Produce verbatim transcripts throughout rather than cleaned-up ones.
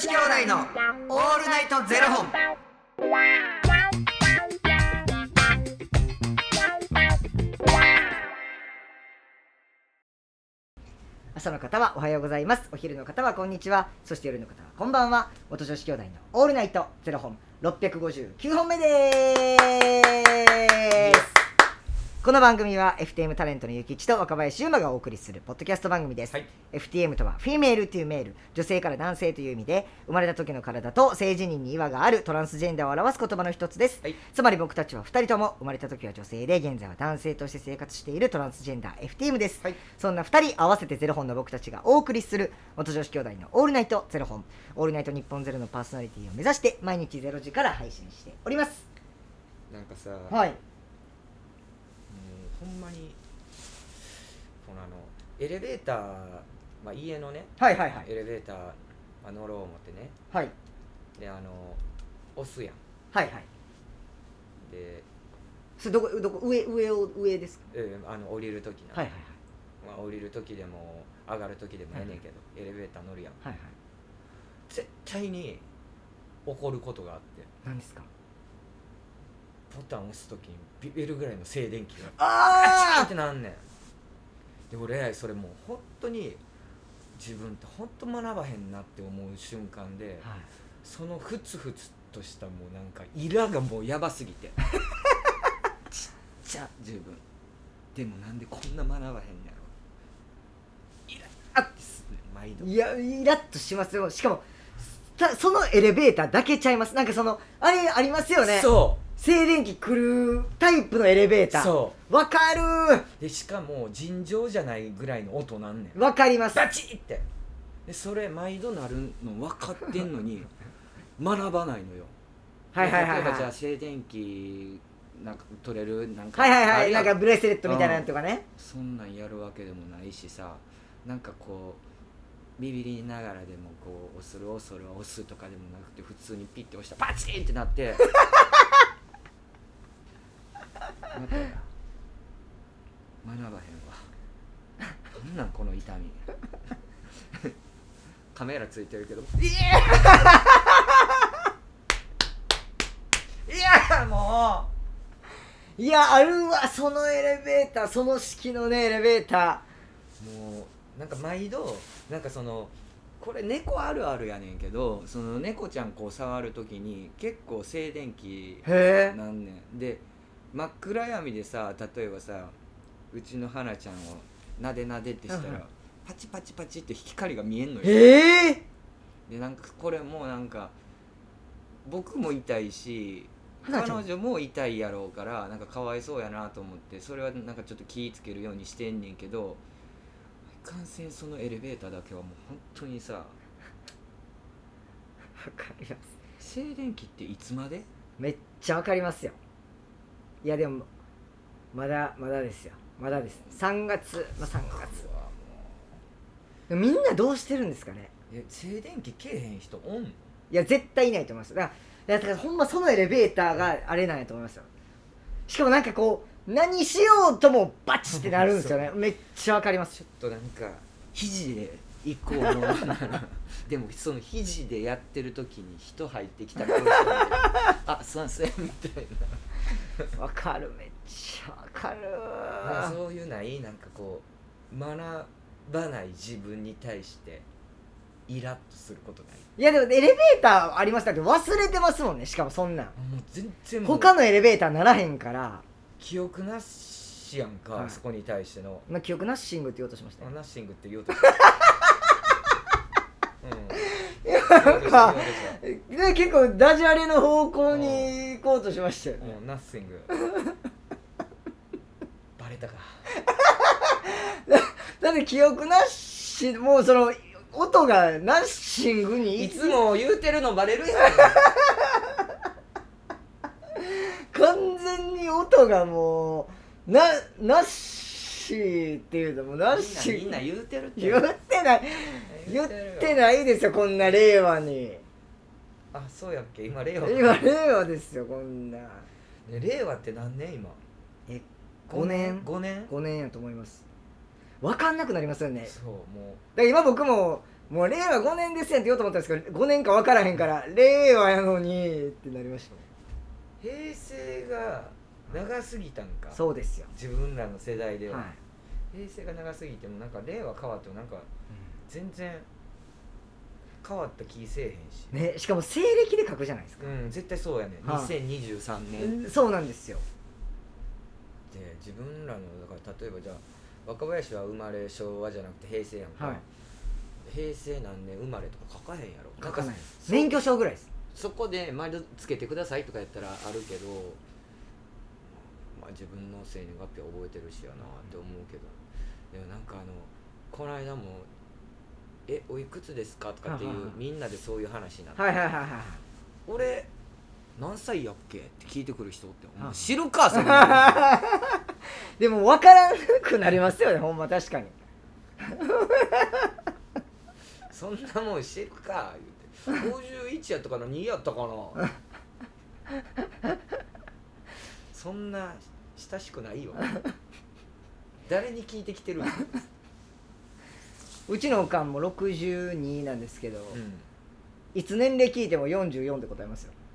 子兄弟のオールナイトゼロ本。朝の方はおはようございます。お昼の方はこんにちは。そして夜の方はこんばんは。元女子兄弟のオールナイトゼロ本ろっぴゃくごじゅうきゅうほんめです。この番組は エフティーエム タレントのゆきちと若林優馬がお送りするポッドキャスト番組です、はい、エフティーエム とはフィメールというメール、女性から男性という意味で、生まれた時の体と性自認に違和があるトランスジェンダーを表す言葉の一つです、はい、つまり僕たちはふたりとも生まれた時は女性で現在は男性として生活しているトランスジェンダー エフティーエム です、はい、そんなふたり合わせてゼロ本の僕たちがお送りする元女子兄弟のオールナイトゼロ本、オールナイト日本ゼロのパーソナリティを目指して毎日ゼロじから配信しております。 なんかさ、 はい、 ほんまにこのあのエレベーター、まあ、家のね、 はいはいはい、 エレベーター、まあ、乗ろう思ってね、 はい、 であの押すやん、 はいはい、でそれどこどこ上上を上ですか？ えー、あの降りるときな、 はいはいはい、 まあ、降りるときでも上がるときでもええねんけど、はいはい、エレベーター乗るやん、 はいはい、 絶対に起こることがあって、 何ですか？ ボタン押すときにビビるぐらいの静電気があーってなんねん。で俺それもう本当に自分って本当学ばへんなって思う瞬間で、はい、そのふつふつとしたもうなんかイラがもうやばすぎてちっちゃ自分でもなんでこんな学ばへんやろ、イラッってするね毎度。 いやイラッとしますよ。しかもそのエレベーターだけちゃいます。なんかそのあれありますよね。そう静電気来るタイプのエレベーター。そうわかるで、しかも尋常じゃないぐらいの音なんねん。 わかります。 バチッってでそれ毎度なるの分かってんのに学ばないのよ。 はいはいはい、はい、 例えばじゃあ静電気なんか取れるなんかはいはいはい、なんかブレスレットみたいなのとかね、 うん、そんなんやるわけでもないしさ、なんかこうビビりながらでもこう押する恐る押すとかでもなくて普通にピッて押したらパチンってなってまたや学ばへんわなんなんこの痛みカメラついてるけどいやいやもういやあるわそのエレベーター、その式のねエレベーターもうなんか毎度なんかそのこれ猫あるあるやねんけど、その猫ちゃんこう触るときに結構静電気なんねんで、真っ暗闇でさ、例えばさうちの花ちゃんをなでなでってしたら、うん、パチパチパチって光が見えんのよ。 へえ。 でなんかこれもなんか僕も痛いし彼女も痛いやろうからなんかかわいそうやなと思って、それはなんかちょっと気ぃつけるようにしてんねんけど、いかんせんそのエレベーターだけはもう本当にさわかります。 静電気っていつまで？ めっちゃわかりますよ。いやでもまだまだですよ、まだです。さんがつ、まあ、さんがつはもうみんなどうしてるんですかね。 え静電気けえへん人おんの？いや絶対いないと思います。だからだからほんまそのエレベーターがあれなんやと思いますよ。しかもなんかこう何しようともバチってなるんですよねめっちゃわかります。 ちょっとなんか肘で行こうものならでもその肘でやってる時に人入ってきたらあすいませんみたいなわかる、めっちゃわかる。 そういうないなんかこう学ばない自分に対してイラッとすることない？ いやでもエレベーターありましたけど忘れてますもんね。しかもそんなんもう全然他のエレベーターならへんから記憶なしやんか、はい、そこに対しての、 まあ、記憶ナッシングって言おうとしましたよ。 ナッシングって言おうとしたうん、いやなんかね、結構ダジャレの方向に行こうとしましたよね。 うん、ナッシングバレたかだ, だって記憶なし、もうその音がナッシングにいつも言うてるのバレるやん完全に音がもうなナッシーっていうのもナッシーみんな言うてるって言ってない言ってないですよこんな令和に。 あ、そうやっけ今令和今令和ですよこんな、 ね、令和って何年今？ えごねんごねんごねんやと思います。分かんなくなりますよね。 そうもうだから今僕ももう令和ごねんですやんって言おうと思ったんですけどごねんか分からへんから令和やのにってなりました。 平成が長すぎたんか。 そうですよ、 自分らの世代では、 はい、 平成が長すぎてもなんか令和変わってもなんか全然変わった気せえへんし、 ね、しかも西暦で書くじゃないですか。 うん、絶対そうやね、 はい、 にせんにじゅうさんねん、 うん、そうなんですよ。 で自分らのだから例えばじゃあ若林は生まれ昭和じゃなくて平成やんか、 はい、 平成何年生まれとか書かへんやろ。 書かないです。免許証ぐらいです。 そこで丸つけてくださいとかやったらあるけど、まあ、自分の生年月日は覚えてるしやなって思うけど、でもなんかあのこの間も「えおいくつですか?」とかっていう、はいはいはい、みんなでそういう話になって、 はいはいはいはい、 俺何歳やっけって聞いてくる人って、はい、知るかそんなでも分からなくなりますよねほんま確かにそんなもん知るか言うてごじゅういちやったかなにやったかなそんな親しくないよ誰に聞いてきてるんうちのおかんもろくじゅうになんですけど、 うん、 いつ年齢聞いてもよんじゅうよんで答えますよ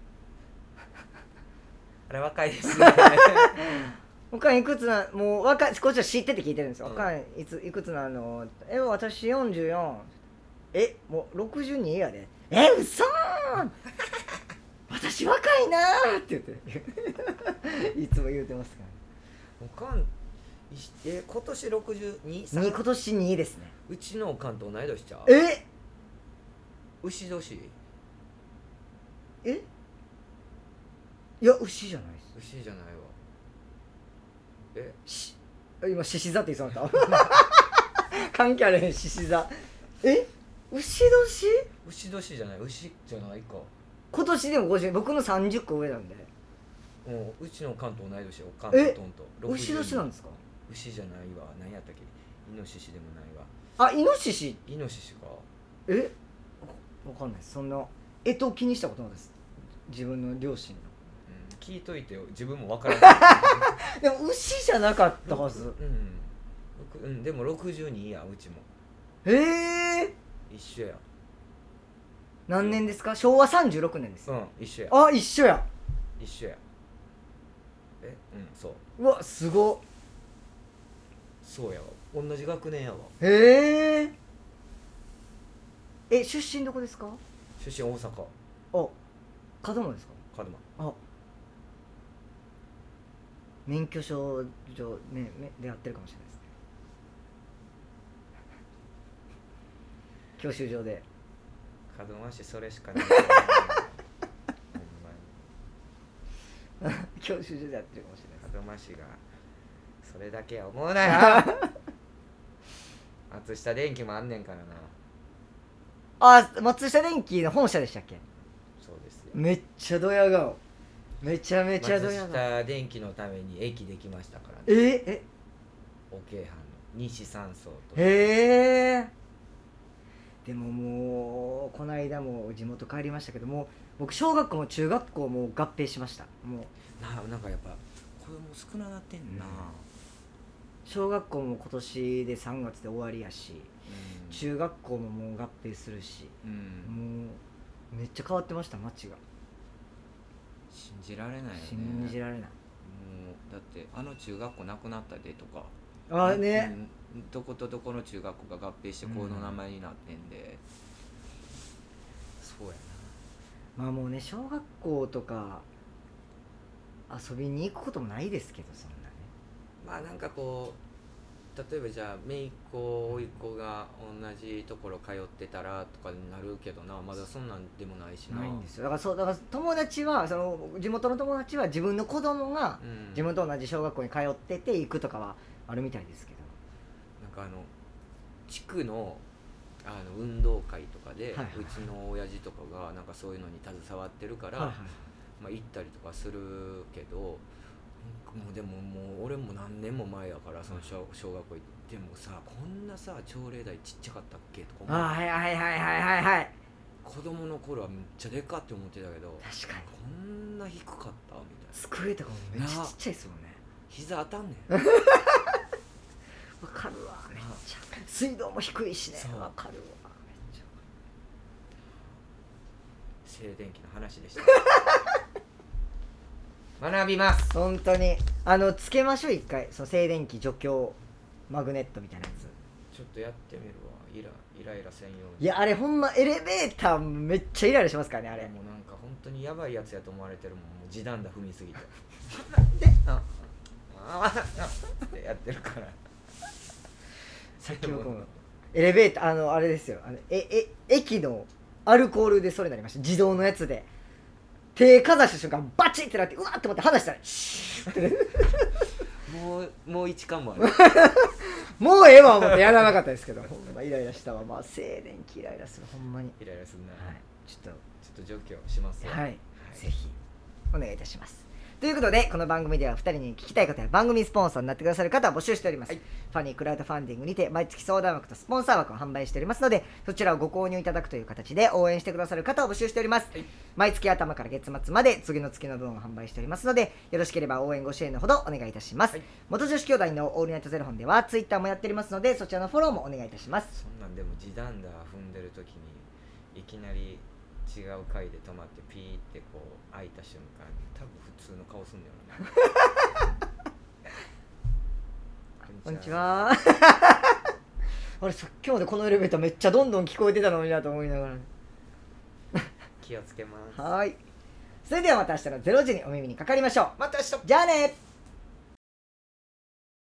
あれ若いですねおかんいくつな、もう若い、こっちは知ってて聞いてるんですよ、うん、おかんいついくつなの、え私よんじゅうよん、えもうろくじゅうにやで、え嘘ー私若いなーって言っていつも言うてますからおかんえ今年ろくじゅうに？ 今年にですね。 うちのおかんと同い年ちゃう？ え牛年？ えいや牛じゃないです。 牛じゃないわ。えし今獅子座って言いそうだった関係あれへん獅子座。え牛年？ 牛年じゃない、牛じゃないか。 今年でもごじゅう、僕のさんじゅっこ上なんで。 もううちのおかんと同い年、おかんとトンと。 牛年なんですか？ 牛じゃないわ。何やったっけ？イノシシでもないわ。 あ、イノシシ？ イノシシか。 えわかんないです。そんなえと気にしたことないです。自分の両親の。 うん、聞いといてよ。自分もわからないでも牛じゃなかったはず。 うん、うん、でもろくじゅうにや、うちも。 へえ。 一緒や。 何年ですか？しょうわさんじゅうろくねんです。 うん、一緒や。 あ、一緒や。 一緒や。え、うん、そう。 うわ、すごっ。 そうやわ。同じ学年やわ。 へえ。え、出身どこですか？ 出身大阪。あ、 門真ですか？ 門真。 あ、免許証上ね、出会ってるかもしれないですね。教習所で。 門真市それしかないほんまに教習所でやってるかもしれないです。 門真市がそれだけは思うなよ松下電器もあんねんからな。 あ、松下電器の本社でしたっけ？ そうですよ。 めっちゃドヤ顔。めちゃめちゃドヤ顔。 松下電器のために駅できましたからね。 ええ桶阪の西三層と。 へえ。でももうこの間も地元帰りましたけども、僕小学校も中学校も合併しました。もうな、なんかやっぱ子供少ななってんな、うん、 小学校も今年でさんがつで終わりやし、うん、中学校ももう合併するし、うん、もうめっちゃ変わってました街が。 信じられないよね。 信じられない。もうだってあの中学校なくなったでとか、 あね、 うん、どことどこの中学校が合併してこの名前になってんで、うん、そうやな。まあもうね、小学校とか遊びに行くこともないですけど、そんなね。 まあなんかこう例えばじゃあ姪っ子甥っ子が同じところ通ってたらとかになるけどな、まだそんなんでもないしな。 ないんですよ。だからそうだから友達はその地元の友達は自分の子供が自分と同じ小学校に通ってて行くとかはあるみたいですけど、 なんかあの地区のあの運動会とかで、はいはいはい、うちの親父とかがなんかそういうのに携わってるから、はいはい、まあ、行ったりとかするけど、もうでももう俺も何年も前やからその 小, 小学校行ってもさ、こんなさ朝礼台ちっちゃかったっけとか思って、 あ、はいはいはいはいはいはい、 子供の頃はめっちゃでかって思ってたけど、 確かにこんな低かったみたいな。 机とかもめっちゃちっちゃいですもんね。 膝当たんねんわかるわ、めっちゃ水道も低いしね。わかるわ、めっ静電気の話でした学びます。 本当にあのつけましょう一回、その静電気除去マグネットみたいなやつ。 ちょっとやってみるわ。イライライラせんように。 いやあれほんまエレベーターめっちゃイライラしますからねあれ。 もうなんか本当にやばいやつやと思われてるもん。もう地団打踏みすぎてなんでああってやってるからさっき僕もエレベーターあのあれですよ、あのええ駅のアルコールでそれになりました。自動のやつで手かざした瞬間バチッってなって、うわーって思って離したらシーッってもうもう一巻もあるもうええわ思ってやらなかったですけどほんまイライラしたわ。まあ静電気イライラするほんまにイライラするな、 はい、ちょっとちょっと除去しますよ。 はい、はい、ぜひお願いいたします。ということでこの番組ではふたりに聞きたい方や番組スポンサーになってくださる方を募集しております、はい、ファニークラウドファンディングにて毎月相談枠とスポンサー枠を販売しておりますので、そちらをご購入いただくという形で応援してくださる方を募集しております、はい、毎月頭から月末まで次の月の分を販売しておりますので、よろしければ応援ご支援のほどお願いいたします、はい、元女子兄弟のオールナイトゼロ本ではツイッターもやっておりますので、そちらのフォローもお願いいたします。 そんなんでも地団打踏んでる時にいきなり違う階で止まってピーってこう開いた瞬間に多分普通の顔すんだよなこんにちはあれさっきまでこのエレベーターめっちゃどんどん聞こえてたのになと思いながら気をつけます。 はい、それではまた明日のゼロじにお耳にかかりましょう。 また明日。 じゃあね。